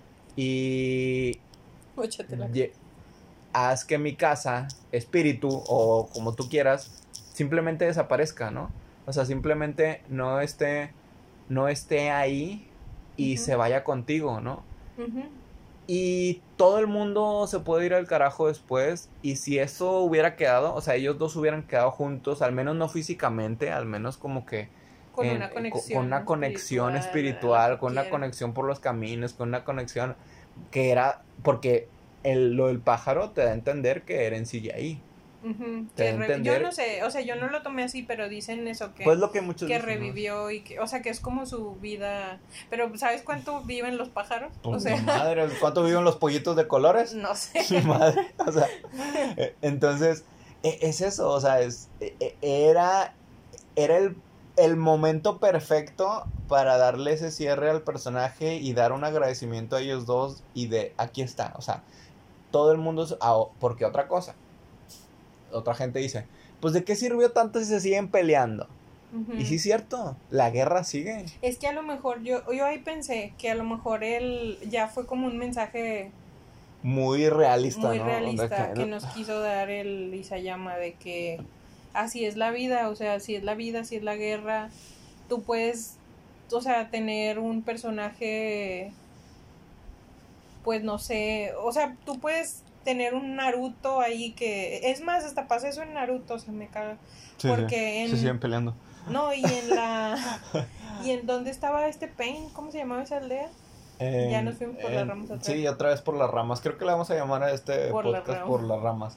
y Móchate la haz que mi casa, espíritu o como tú quieras, simplemente desaparezca, ¿no? O sea, simplemente no esté ahí y se vaya contigo, ¿no? Y todo el mundo se puede ir al carajo después. Y si eso hubiera quedado, o sea, ellos dos hubieran quedado juntos, al menos no físicamente, al menos como que con una conexión espiritual, con una conexión por los caminos, con una conexión que era, porque lo del pájaro te da a entender que era en CGI. Yo no sé, o sea, yo no lo tomé así, pero dicen eso que, pues lo que muchos que dicen, revivió, ¿no? Y que, o sea, que es como su vida. Pero ¿sabes cuánto viven los pájaros? Pues o sea, madre, ¿cuánto viven los pollitos de colores? No sé. Mi madre, o sea, entonces es eso, o sea, era el momento perfecto para darle ese cierre al personaje y dar un agradecimiento a ellos dos y de aquí está, o sea, todo el mundo, porque otra cosa, otra gente dice, pues de qué sirvió tanto si se siguen peleando. Y sí es cierto, la guerra sigue. Es que a lo mejor yo ahí pensé que a lo mejor él ya fue como un mensaje muy realista, muy ¿no? realista que nos quiso dar el Isayama, de que así es la vida, o sea, así es la vida, así es la guerra. Tú puedes, o sea, tener un personaje, pues no sé, o sea, tú puedes tener un Naruto ahí que, es más, hasta pasa eso en Naruto, o sea, me caga. Sí, porque se siguen peleando. No, y en dónde estaba este Pain, ¿cómo se llamaba esa aldea? Ya nos fuimos por las ramas otra vez. Sí, otra vez por las ramas. Creo que le vamos a llamar a este podcast por las ramas.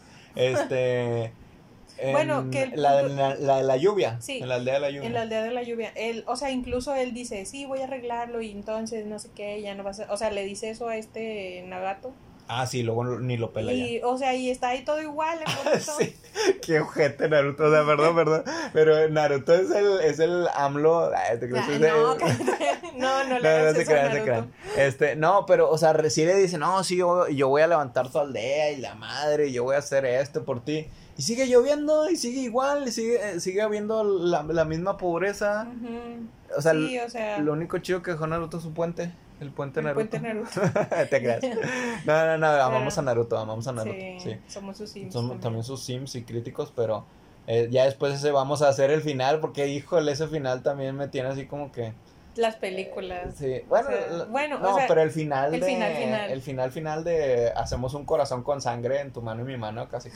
Bueno, que la de la lluvia. Sí, en la aldea de la lluvia. En la aldea de la lluvia. O sea, incluso él dice, sí, voy a arreglarlo y entonces no sé qué, ya no va a ser. O sea, le dice eso a este Nagato. Ah, sí, luego ni lo pela ya. O sea, y está ahí todo igual. Sí, qué ojete Naruto, o sea, perdón. Pero Naruto es el AMLO. No le hagas eso a Naruto. No, pero, o sea, sí le dice, no, sí, yo voy a levantar tu aldea y la madre, y yo voy a hacer esto por ti. Y sigue lloviendo, y sigue igual, y sigue habiendo la misma pobreza. O sea, sí, o sea, lo único chido que dejó Naruto es su puente. El puente Naruto. Te creas. No, amamos a Naruto. Sí. Somos sus sims. También sus sims y críticos, pero ya después vamos a hacer el final, porque híjole, ese final también me tiene así como que... Las películas. Sí, bueno, no, pero el final el final de hacemos un corazón con sangre en tu mano y mi mano, casi.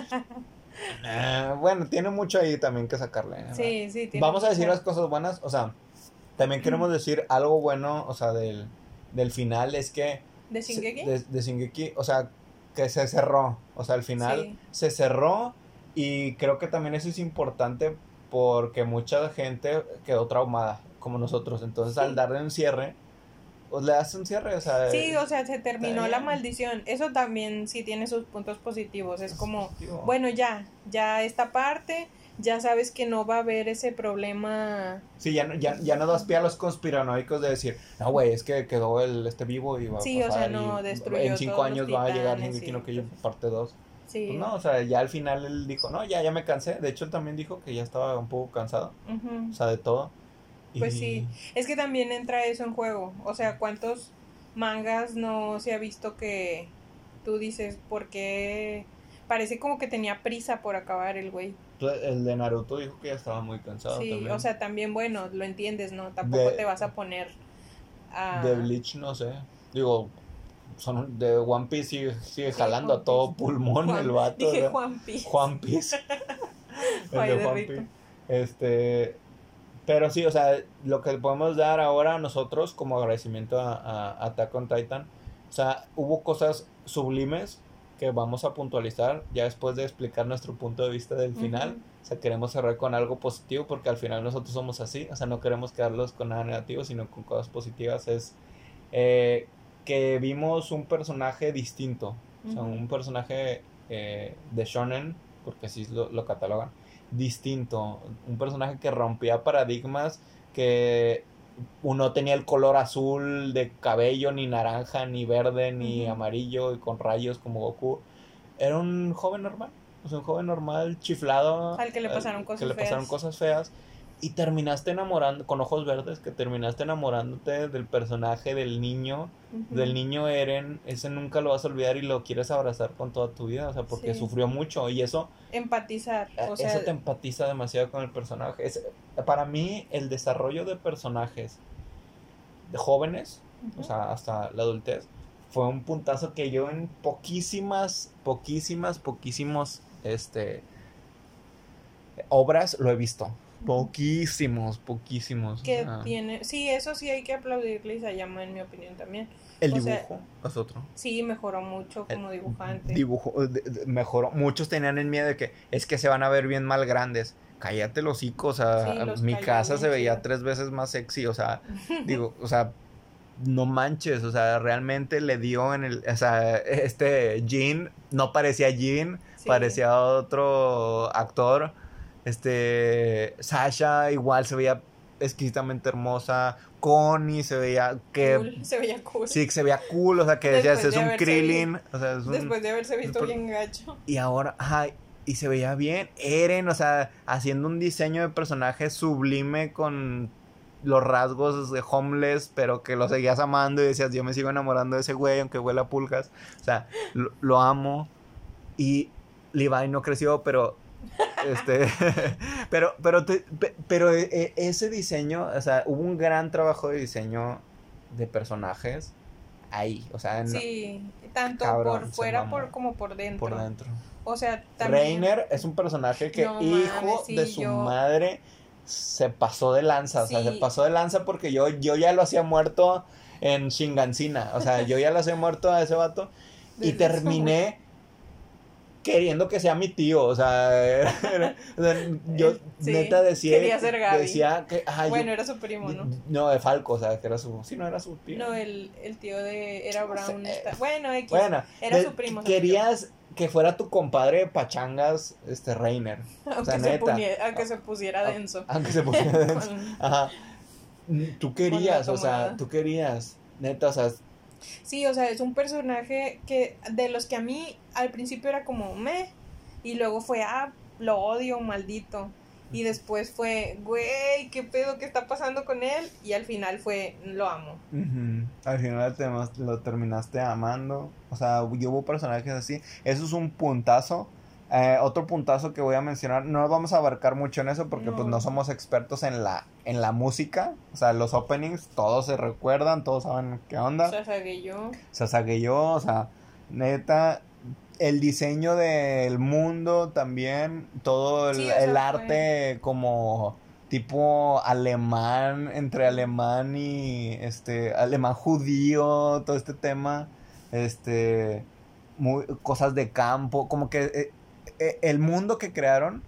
Bueno, tiene mucho ahí también que sacarle. ¿verdad? Sí, tiene vamos a decir las cosas buenas, o sea, también queremos decir algo bueno, o sea, del final, es que... ¿De Shingeki? De Shingeki, o sea, que se cerró, o sea, al final se cerró, y creo que también eso es importante porque mucha gente quedó traumada, como nosotros, entonces al darle un cierre, pues le das un cierre, o sea... Sí, o sea, se terminó la maldición, eso también sí tiene sus puntos positivos, es como, bueno, ya esta parte... Ya sabes que no va a haber ese problema. Sí, ya no das pie a los conspiranoicos de decir, no, güey, es que quedó este vivo y va a pasar. Sí, o sea, no destruyó. En 5 años va a llegar Shingeki no Kyojin parte 2. Sí. Pues no, o sea, ya al final él dijo, no, ya me cansé. De hecho, él también dijo que ya estaba un poco cansado. O sea, de todo. Pues sí, es que también entra eso en juego. O sea, ¿cuántos mangas no se ha visto que tú dices, por qué? Parece como que tenía prisa por acabar el güey. El de Naruto dijo que ya estaba muy cansado. Sí, también. O sea, también, bueno, lo entiendes, ¿no? Tampoco te vas a poner a... De Bleach, no sé. Digo, de One Piece sigue jalando a todo pulmón el vato. Dije One Piece. One Piece. El de One Piece. Pero sí, o sea, lo que podemos dar ahora nosotros como agradecimiento a Attack on Titan, o sea, hubo cosas sublimes que vamos a puntualizar ya después de explicar nuestro punto de vista del final. O sea, queremos cerrar con algo positivo porque al final nosotros somos así, o sea, no queremos quedarlos con nada negativo, sino con cosas positivas. Es que vimos un personaje distinto, o sea, un personaje de shonen, porque así lo catalogan, distinto, un personaje que rompía paradigmas, que uno tenía el color azul de cabello, ni naranja, ni verde, ni amarillo, y con rayos como Goku. Era un joven normal, o sea, un joven normal chiflado, al que le pasaron cosas feas. Y terminaste enamorando, con ojos verdes, que terminaste enamorándote del personaje del niño Eren, ese nunca lo vas a olvidar y lo quieres abrazar con toda tu vida, o sea, porque Sí. sufrió mucho y eso, Empatizar, o sea, eso te empatiza demasiado con el personaje. Para mí, el desarrollo de personajes de jóvenes, o sea, hasta la adultez, fue un puntazo que yo en poquísimos, obras lo he visto. Poquísimos. que O sea, tiene, sí, eso sí hay que aplaudirle a Isayama en mi opinión también. el O dibujo sea, es otro. sí, mejoró mucho como dibujante. Dibujo mejoró. Muchos tenían el miedo de que es que se van a ver bien mal grandes. Cállate los hocico, o sea, Sí, los mi cayó casa bien se veía chido. 3 veces más sexy, o sea, digo, o sea, no manches, o sea, realmente le dio en el, o sea, Jean no parecía Jean, Sí, parecía otro actor. Sasha igual se veía exquisitamente hermosa. Connie se veía que cool, se veía cool. sí, que se veía cool, o sea, que decías, Después es de un haberse Krillin, o sea, es un... Después de haberse visto por- bien gacho. Y ahora, ajá, y se veía bien. Eren, o sea, haciendo un diseño de personaje sublime con los rasgos de homeless, pero que lo seguías amando y decías, yo me sigo enamorando de ese güey, aunque huela a pulgas. O sea, lo amo. Y Levi no creció, pero pero ese diseño, o sea, hubo un gran trabajo de diseño de personajes ahí, o sea, Sí, tanto cabrón, por se fuera mamó como por dentro. por dentro. O sea, también. Reiner es un personaje que, No hijo mames, sí, de su yo. madre, se pasó de lanza, o sea, se Sí, pasó de lanza porque yo ya lo hacía muerto en Shingansina, o sea, yo ya lo hacía muerto a ese vato y desde terminé queriendo que sea mi tío, o sea, o sea, yo sí, neta quería ser Gaby. decía que, Bueno, era su primo, ¿no? No, de Falco, o sea, que era su, sí, no era su tío. No, el tío de era No Brown. sé. Bueno, X. Bueno, Era su primo. querías que fuera tu compadre de pachangas, Reiner. O sea, neta. Aunque se pusiera denso. Aunque se pusiera denso. Ajá. Tú querías, la o sea, tomada. tú querías. Neta, o sea, Sí, o sea, es un personaje que de los que a mí al principio era como meh, y luego fue, lo odio, maldito. Y después fue, güey, ¿qué pedo? ¿Qué está pasando con él? Y al final fue, lo amo. al final lo terminaste amando. O sea, hubo personajes así. Eso es un puntazo. Otro puntazo que voy a mencionar, no vamos a abarcar mucho en eso porque pues no somos expertos en la música. O sea, los openings todos se recuerdan, todos saben qué onda. Sasageyo, o sea, neta, el diseño del mundo también, todo el arte como tipo alemán, entre alemán y alemán judío, todo este tema, cosas de campo, como que el mundo que crearon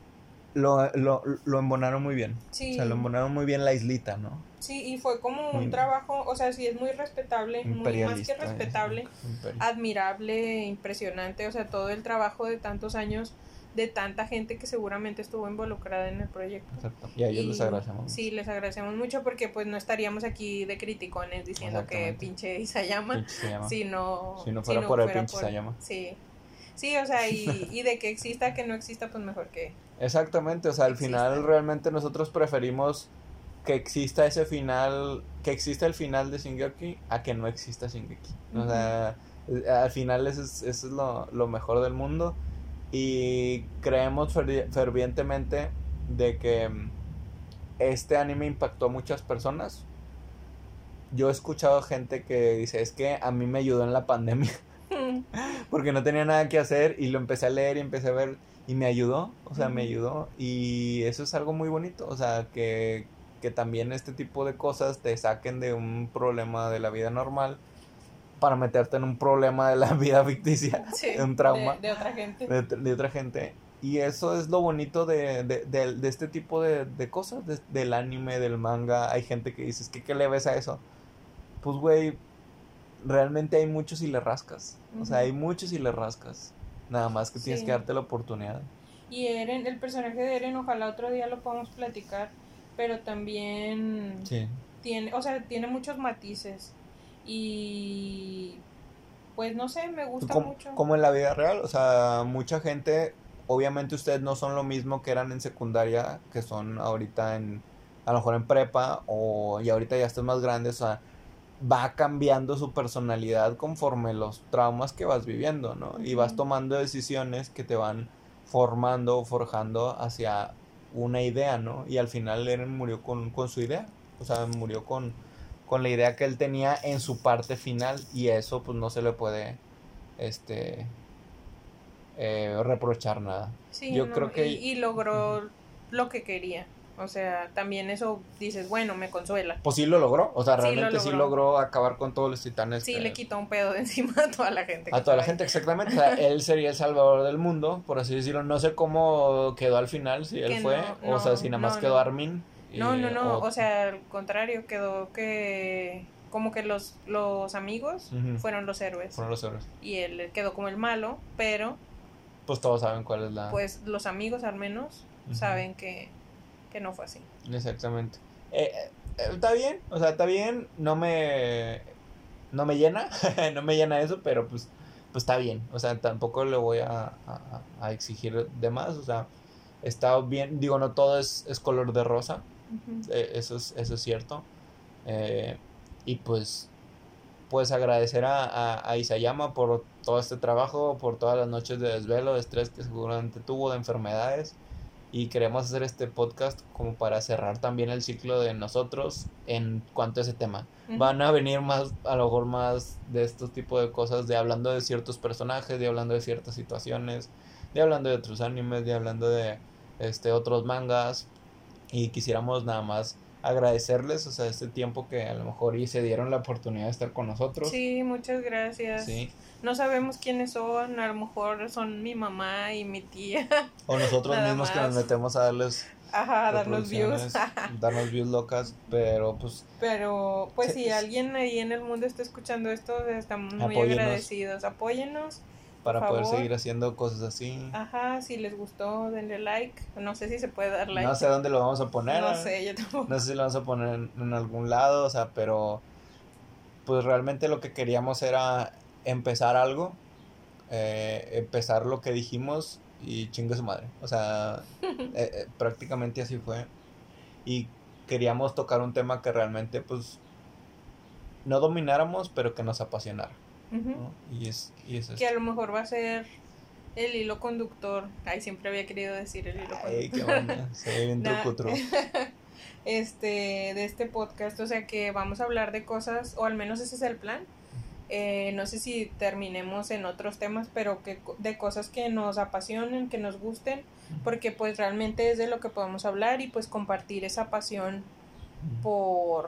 lo embonaron muy bien. Sí. O sea, lo embonaron muy bien la islita, ¿no? Sí, y fue como un trabajo, o sea, sí es muy respetable, muy más que respetable, admirable, impresionante, o sea, todo el trabajo de tantos años, de tanta gente que seguramente estuvo involucrada en el proyecto. Exacto. Y a ellos les agradecemos. Sí, les agradecemos mucho porque pues no estaríamos aquí de criticones diciendo que pinche Isayama, si no fuera por el pinche Isayama. Sí. Sí, o sea, y de que exista, que no exista, pues mejor que... Exactamente, o sea, al final realmente nosotros preferimos que exista ese final, que exista el final de Shingeki a que no exista Shingeki. O sea, al final eso es lo mejor del mundo y creemos fervientemente de que este anime impactó a muchas personas. Yo he escuchado gente que dice, es que a mí me ayudó en la pandemia. Porque no tenía nada que hacer y lo empecé a leer y empecé a ver y me ayudó, o sea, me ayudó y eso es algo muy bonito, o sea, que también este tipo de cosas te saquen de un problema de la vida normal para meterte en un problema de la vida ficticia, sí, un trauma de otra gente. De otra gente. Y eso es lo bonito de este tipo de cosas, del anime, del manga. Hay gente que dice, ¿qué le ves a eso? Pues, güey, realmente hay muchos y le rascas. O sea, hay muchos y le rascas. Nada más que tienes que darte la oportunidad. Y Eren, el personaje de Eren, ojalá otro día lo podamos platicar, pero también tiene muchos matices. Y pues no sé, me gusta mucho. Como en la vida real, o sea, mucha gente obviamente ustedes no son lo mismo que eran en secundaria, que son ahorita a lo mejor en prepa, y ahorita ya estás más grandes, o sea, va cambiando su personalidad conforme los traumas que vas viviendo, ¿no? Y vas tomando decisiones que te van formando o forjando hacia una idea, ¿no? Y al final Eren murió con su idea, o sea, murió con la idea que él tenía en su parte final, y eso pues no se le puede reprochar nada. Sí, Yo no, creo que y logró lo que quería. O sea, también eso dices, bueno, me consuela. pues sí lo logró, o sea, Sí, realmente sí logró acabar con todos los titanes. Sí, le quitó un pedo de encima a toda la gente. A toda la gente, exactamente. O sea, él sería el salvador del mundo, por así decirlo. No sé cómo quedó al final, si él fue, o sea, si nada más quedó Armin. No, o sea, al contrario, quedó que como que los amigos fueron los héroes. Fueron los héroes. Y él quedó como el malo, pero pues todos saben cuál es la... Pues los amigos al menos saben que no fue así. Exactamente. Está bien, o sea, está bien, no me llena, no me llena eso, pero pues está bien, o sea, tampoco le voy a exigir de más, o sea, está bien, digo, no todo es color de rosa, eso es cierto, y pues agradecer a Isayama por todo este trabajo, por todas las noches de desvelo, de estrés que seguramente tuvo, de enfermedades, y queremos hacer este podcast como para cerrar también el ciclo de nosotros en cuanto a ese tema. Van a venir más, a lo mejor más de estos tipos de cosas, de hablando de ciertos personajes, de hablando de ciertas situaciones, de hablando de otros animes, de hablando de otros mangas, y quisiéramos nada más agradecerles, o sea, este tiempo que a lo mejor y se dieron la oportunidad de estar con nosotros. Sí, muchas gracias. Sí. No sabemos quiénes son, a lo mejor son mi mamá y mi tía. O nosotros mismos que nos metemos a darles... darnos views. darnos views locas, pero pues... Pero pues si alguien ahí en el mundo está escuchando esto, estamos muy agradecidos. Apóyennos. Para poder seguir haciendo cosas así. Ajá, si les gustó, denle like. No sé si se puede dar like. No sé dónde lo vamos a poner. No sé, yo tampoco. No sé si lo vamos a poner en algún lado, o sea, pero pues realmente lo que queríamos era empezar algo, empezar lo que dijimos y chingue su madre. O sea, prácticamente así fue. Y queríamos tocar un tema que realmente pues no domináramos, pero que nos apasionara. ¿no? Y es eso. Que a lo mejor va a ser el hilo conductor. Ay, siempre había querido decir el hilo conductor. Ay, qué bueno. Se ve bien trucutru. De este podcast, o sea que vamos a hablar de cosas, o al menos ese es el plan. No sé si terminemos en otros temas, pero que de cosas que nos apasionen, que nos gusten, porque pues realmente es de lo que podemos hablar y pues compartir esa pasión por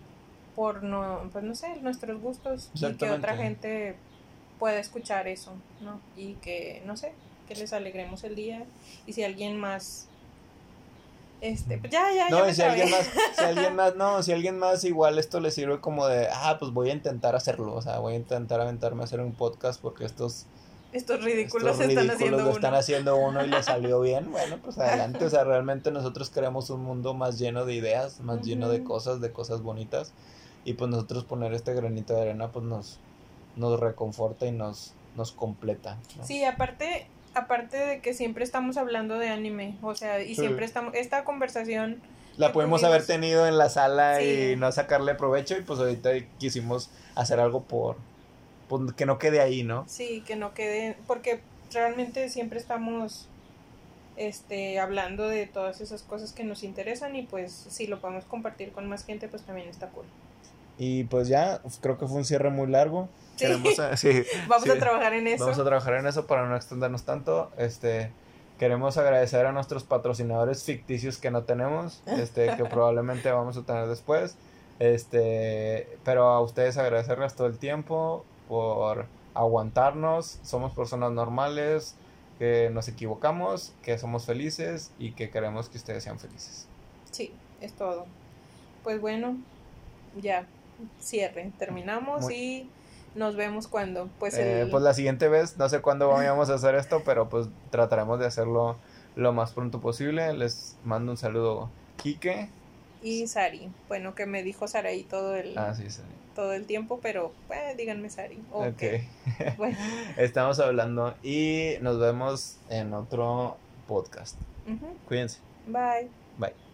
no, pues no sé, nuestros gustos, y que otra gente pueda escuchar eso, ¿no? Y que, no sé, que les alegremos el día, y si alguien más pues no, y si alguien más igual esto le sirve como de, pues voy a intentar hacerlo, o sea, voy a intentar aventarme a hacer un podcast porque estos ridículos lo están haciendo uno y le salió bien, bueno, pues adelante, o sea, realmente nosotros queremos un mundo más lleno de ideas, más lleno de cosas bonitas, y pues nosotros poner este granito de arena pues nos reconforta y nos completa, ¿no? Sí, aparte de que siempre estamos hablando de anime, o sea, y siempre estamos, esta conversación la pudimos haber tenido en la sala y no sacarle provecho, y pues ahorita quisimos hacer algo por que no quede ahí, ¿no? Sí, que no quede, porque realmente siempre estamos hablando de todas esas cosas que nos interesan, y pues si lo podemos compartir con más gente, pues también está cool. Y pues ya, creo que fue un cierre muy largo. Sí. Vamos a trabajar en eso. Vamos a trabajar en eso para no extendernos tanto. Queremos agradecer a nuestros patrocinadores ficticios que no tenemos, que probablemente vamos a tener después. Pero a ustedes agradecerles todo el tiempo por aguantarnos. Somos personas normales, que nos equivocamos, que somos felices y que queremos que ustedes sean felices. Sí, es todo. Pues bueno, ya, cierre. Terminamos y nos vemos cuando. Pues la siguiente vez, no sé cuándo vamos a hacer esto, pero pues trataremos de hacerlo lo más pronto posible. Les mando un saludo, Quique. Y Sari, bueno, que me dijo Saraí Sí, Sari. todo el tiempo, pero díganme Sari. Ok. Bueno. Estamos hablando y nos vemos en otro podcast. Cuídense. Bye. Bye.